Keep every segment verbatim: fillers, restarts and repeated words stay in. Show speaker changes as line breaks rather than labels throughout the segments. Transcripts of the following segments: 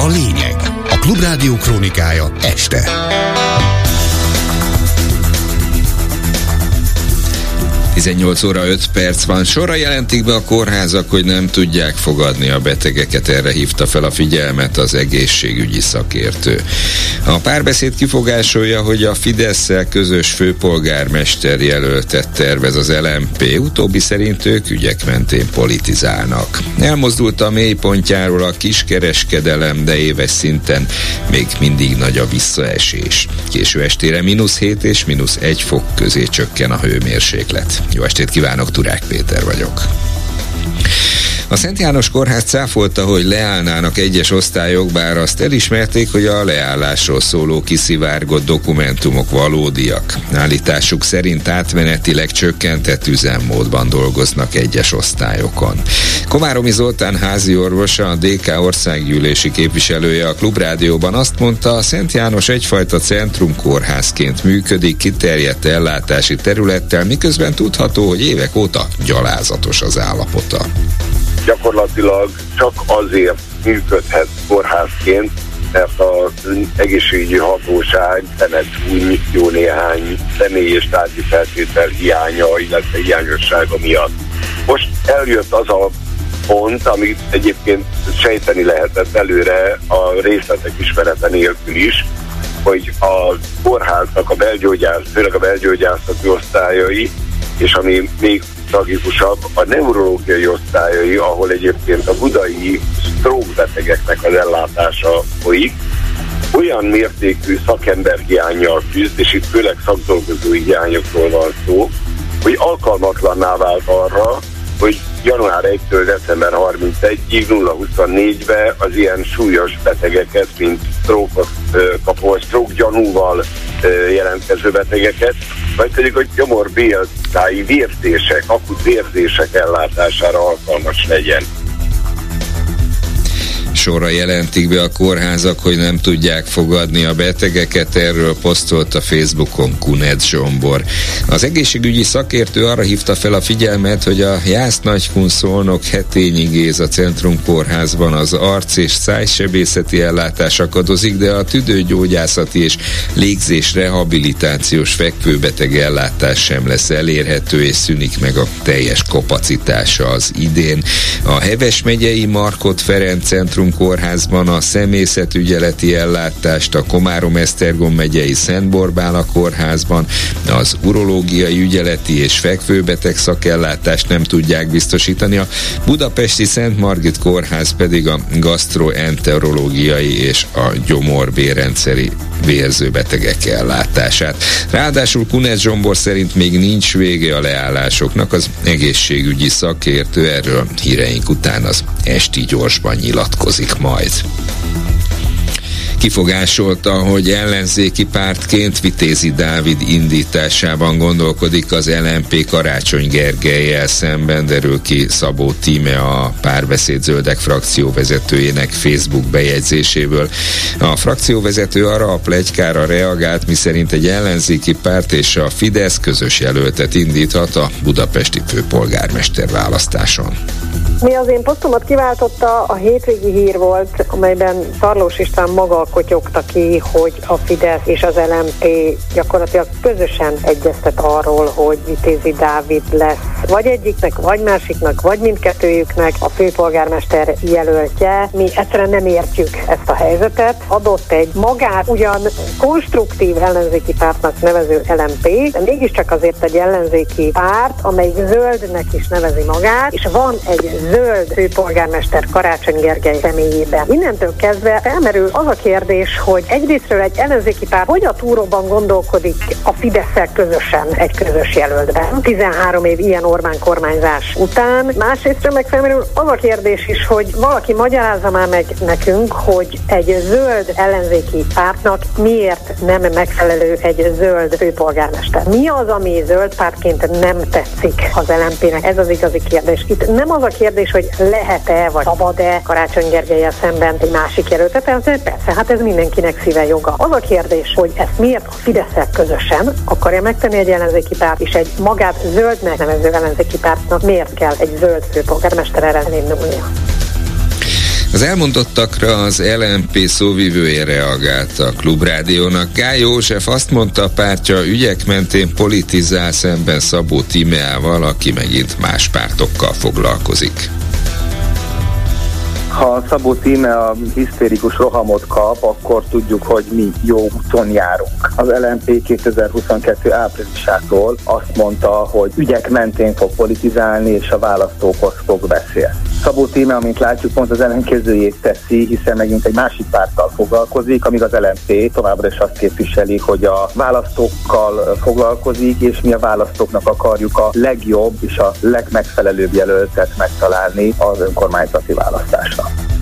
a lényeg. A Klubrádió krónikája este.
tizennyolc óra öt perc van. Sorra jelentik be a kórházak, hogy nem tudják fogadni a betegeket. Erre hívta fel a figyelmet az egészségügyi szakértő. A Párbeszéd kifogásolja, hogy a Fidesszel közös főpolgármester jelöltet tervez az el em pé. Utóbbi szerint ők ügyek mentén politizálnak. Elmozdult a mélypontjáról a kiskereskedelem, de éves szinten még mindig nagy a visszaesés. Késő estére mínusz hét és mínusz egy fok közé csökken a hőmérséklet. Jó estét kívánok, Turák Péter vagyok. A Szent János Kórház cáfolta, hogy leállnának egyes osztályok, bár azt elismerték, hogy a leállásról szóló kiszivárgott dokumentumok valódiak. Állításuk szerint átmenetileg csökkentett üzemmódban dolgoznak egyes osztályokon. Komáromi Zoltán házi orvosa, a dé ká országgyűlési képviselője a Klubrádióban azt mondta, a Szent János egyfajta centrumkórházként működik, kiterjedt ellátási területtel, miközben tudható, hogy évek óta gyalázatos az állapota.
Gyakorlatilag csak azért működhet kórházként, mert az egészségügyi hatóság szemet húny jó néhány személy és tárgyi feltétel hiánya, illetve hiányossága miatt. Most eljött az a pont, amit egyébként sejteni lehetett előre a részletek ismerete nélkül is, hogy a kórháznak a belgyógyász, főleg a belgyógyászati osztályai, és ami még tragikusabb, a neurológiai osztályai, ahol egyébként a budai stroke betegeknek az ellátása folyik, olyan mértékű szakemberhiánnyal küzd, és itt főleg szakdolgozói hiányokról van szó, hogy alkalmatlanná vált arra, hogy január elsejétől december harmincegyig nulla huszonnégybe az ilyen súlyos betegeket, mint stroke-ot kapó, stroke gyanúval jelentkező betegeket, vagy pedig a gyomorbélcái vérzések, akut vérzések ellátására alkalmas legyen.
Sorra jelentik be a kórházak, hogy nem tudják fogadni a betegeket, erről posztolt a Facebookon Kunec Zsombor. Az egészségügyi szakértő arra hívta fel a figyelmet, hogy a Jász-Nagykun Szolnok Hetényi Géza Centrum Kórházban az arc- és szájsebészeti ellátás akadozik, de a tüdőgyógyászati és légzés rehabilitációs fekvőbeteg ellátás sem lesz elérhető, és szűnik meg a teljes kapacitása az idén. A Heves megyei Markhot Ferenc Centrum Kórházban a szemészetügyeleti ellátást, a Komárom-Esztergom megyei Szent Borbála kórházban az urológiai ügyeleti és fekvőbeteg szakellátást nem tudják biztosítani, a budapesti Szent Margit kórház pedig a gasztroenterológiai és a gyomorbélrendszeri vérzőbetegek ellátását. Ráadásul Kunec Zsombor szerint még nincs vége a leállásoknak, az egészségügyi szakértő erről híreink után az Esti Gyorsban nyilatkozik majd. Kifogásolta, hogy ellenzéki pártként Vitézi Dávid indításában gondolkodik az el em pé Karácsony Gergellyel szemben, derül ki Szabó Tíme, a Párbeszéd Zöldek frakcióvezetőjének Facebook bejegyzéséből. A frakcióvezető arra a pletykára reagált, miszerint egy ellenzéki párt és a Fidesz közös jelöltet indíthat a budapesti főpolgármester választáson.
Mi az én posztomat kiváltotta, a hétvégi hír volt, amelyben Tarlós István maga kotyogta ki, hogy a Fidesz és az el em pé gyakorlatilag közösen egyeztet arról, hogy Vitézi Dávid lesz vagy egyiknek, vagy másiknak, vagy mindkettőjüknek a főpolgármester jelöltje. Mi egyszerűen nem értjük ezt a helyzetet. Adott egy magát ugyan konstruktív ellenzéki pártnak nevező el em pé, de mégiscsak azért egy ellenzéki párt, amelyik zöldnek is nevezi magát, és van egy zöld főpolgármester Karácsony Gergely személyében. Innentől kezdve felmerül az a kérdés, hogy egyrésztről egy ellenzéki párt hogy a túróban gondolkodik a Fidesszel közösen egy közös jelöltben, tizenhárom év ilyen Orbán kormányzás után. Másrésztről meg felmerül az a kérdés is, hogy valaki magyarázza már meg nekünk, hogy egy zöld ellenzéki pártnak miért nem megfelelő egy zöld főpolgármester. Mi az, ami zöld pártként nem tetszik az el em pének? Ez az igazi kérdés. Itt nem az a kérdés, hogy lehet-e, vagy szabad-e Karácsony Gergellyel szemben egy másik jelöltet, persze, hát ez mindenkinek szíve joga. Az a kérdés, hogy ezt miért a Fidesszel közösen akarja megtenni egy ellenzéki párt, és egy magát zöldnek nevező ellenzéki pártnak miért kell egy zöld főpolgármester ellen indulnia.
Az elmondottakra az el em pé szóvivője reagált a Klubrádiónak. Gály József azt mondta, a pártja ügyek mentén politizál szemben Szabó Tímeával, aki megint más pártokkal foglalkozik.
Ha Szabó Tíme a hisztérikus rohamot kap, akkor tudjuk, hogy mi jó úton járunk. Az el em pé kétezer-huszonkettő áprilisától azt mondta, hogy ügyek mentén fog politizálni, és a választókhoz fog beszélni. Szabó Tíme, amint látjuk, pont az ellenkezőjét teszi, hiszen megint egy másik párttal foglalkozik, amíg az el em pé továbbra is azt képviseli, hogy a választókkal foglalkozik, és mi a választóknak akarjuk a legjobb és a legmegfelelőbb jelöltet megtalálni az önkormányzati választásra.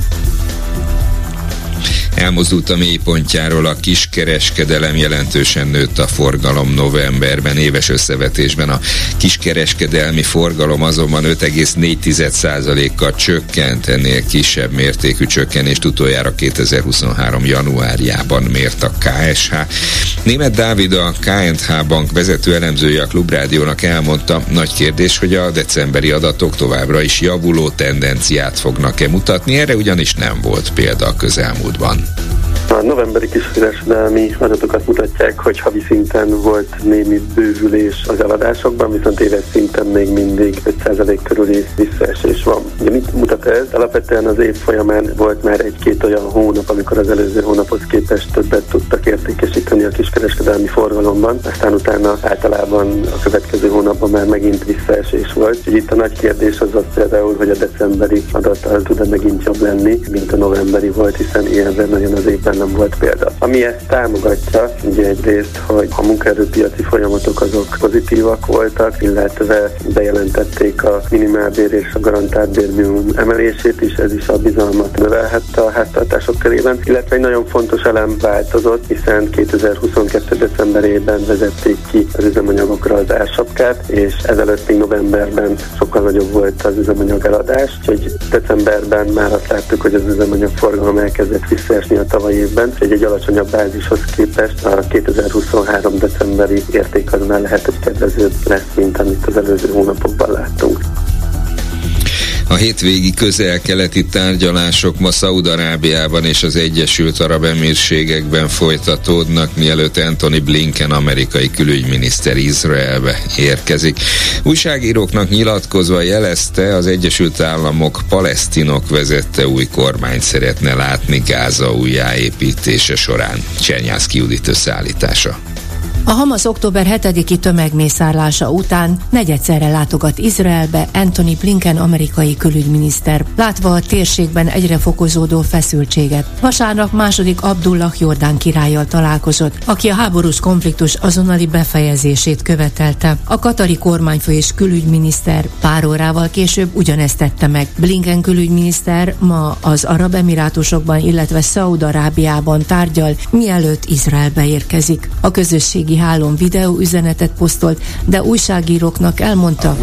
Elmozdult a mélypontjáról a kiskereskedelem, jelentősen nőtt a forgalom novemberben, éves összevetésben a kiskereskedelmi forgalom azonban öt egész négy százalékkal csökkent, ennél kisebb mértékű csökkenést utoljára kétezer-huszonhárom januárjában mért a ká es há. Németh Dávid, a ká és há Bank vezető elemzője a Klubrádiónak elmondta, nagy kérdés, hogy a decemberi adatok továbbra is javuló tendenciát fognak-e mutatni, erre ugyanis nem volt példa a közelmúltban.
A novemberi kiskereskedelmi adatokat mutatják, hogy havi szinten volt némi bővülés az eladásokban, viszont éves szinten még mindig öt százalék körüli visszaesés van. Ugye mit mutat ez? Alapvetően az év folyamán volt már egy-két olyan hónap, amikor az előző hónaphoz képest többet tudtak értékesíteni a kiskereskedelmi forgalomban, aztán utána általában a következő hónapban már megint visszaesés volt. Úgyhogy itt a nagy kérdés az az például, hogy a decemberi adat az tud-e megint jobb lenni, mint a novemberi volt, hiszen ilyenre nagyon az évben nem volt példa. Ami ezt támogatja, ugye egyrészt, hogy a munkaerőpiaci folyamatok azok pozitívak voltak, illetve bejelentették a minimálbér és a garantált bérminimum emelését is, ez is a bizalmat növelhette a háztartások körében, illetve egy nagyon fontos elem változott, hiszen kétezer-huszonkettő decemberében vezették ki az üzemanyagokra az ársapkát, és ezelőtt még novemberben sokkal nagyobb volt az üzemanyag eladás, úgyhogy decemberben már azt láttuk, hogy az üzemanyag forgalom elkezdett visszaesni a tavalyi évben, egy, egy alacsonyabb bázishoz képest a kétezer-huszonhárom decemberi érték az már lehet, hogy kedvezőbb lesz, mint amit az előző hónapokban láttunk.
A hétvégi közel-keleti tárgyalások ma Szaúd-Arábiában és az Egyesült Arab Emírségekben folytatódnak, mielőtt Antony Blinken amerikai külügyminiszter Izraelbe érkezik. Újságíróknak nyilatkozva jelezte, az Egyesült Államok palesztinok vezette új kormányt szeretne látni Gáza újjáépítése során. Csernyászki Judit összeállítása.
A Hamas október hetediki tömegmészárlása után negyedszerre látogat Izraelbe Antony Blinken amerikai külügyminiszter, látva a térségben egyre fokozódó feszültséget. Vasárnap második Abdullah jordán királlyal találkozott, aki a háborús konfliktus azonnali befejezését követelte. A katari kormányfő és külügyminiszter pár órával később ugyanezt tette meg. Blinken külügyminiszter ma az Arab Emirátusokban, illetve Szaúd-Arábiában tárgyal, mielőtt Izraelbe érkezik. A közösségi hálón videó üzenetet posztolt, de újságíróknak elmondta,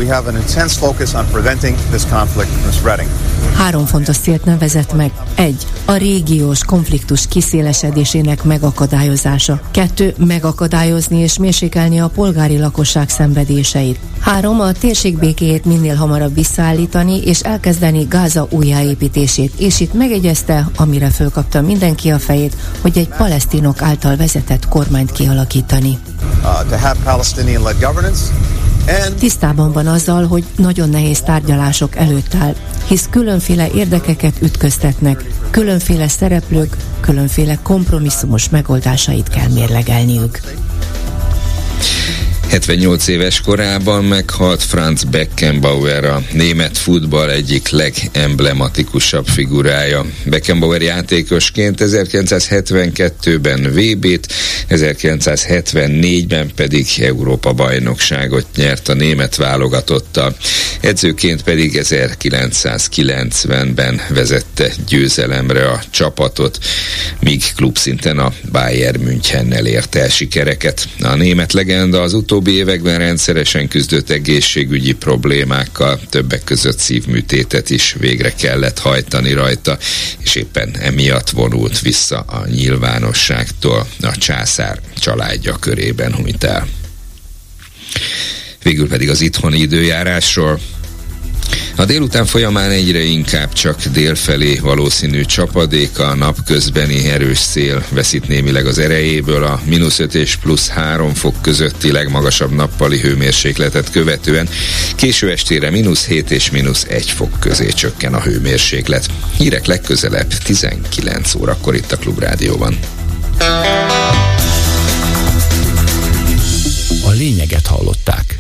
három fontos célt nevezett meg. Egy. A régiós konfliktus kiszélesedésének megakadályozása. Kettő. Megakadályozni és mérsékelni a polgári lakosság szenvedéseit. Három. A térség békéjét minél hamarabb visszaállítani és elkezdeni Gáza újjáépítését. És itt megegyezte, amire fölkapta mindenki a fejét, hogy egy palesztinok által vezetett kormányt kialakítani. Tisztában van azzal, hogy nagyon nehéz tárgyalások előtt áll, hisz különféle érdekeket ütköztetnek, különféle szereplők, különféle kompromisszumos megoldásait kell mérlegelniük.
hetvennyolc éves korában meghalt Franz Beckenbauer, a német futball egyik legemblematikusabb figurája. Beckenbauer játékosként ezerkilencszázhetvenkettőben vé bét, ezerkilencszázhetvennégyben pedig Európa-bajnokságot nyert a német válogatottal. Edzőként pedig ezerkilencszázkilencvenben vezette győzelemre a csapatot, míg klubszinten a Bayern Münchennel ért el sikereket. A német legenda az utóbbi években rendszeresen küzdött egészségügyi problémákkal, többek között szívműtétet is végre kellett hajtani rajta, és éppen emiatt vonult vissza a nyilvánosságtól, a császár családja körében hunyt el. Végül pedig az itthoni időjárásról. A délután folyamán egyre inkább csak délfelé valószínű csapadék, a napközbeni erős szél veszít némileg az erejéből, a mínusz öt és plusz három fok közötti legmagasabb nappali hőmérsékletet követően késő estére mínusz hét és mínusz egy fok közé csökken a hőmérséklet. Hírek legközelebb tizenkilenc órakor itt a Klubrádióban.
A lényeget hallották.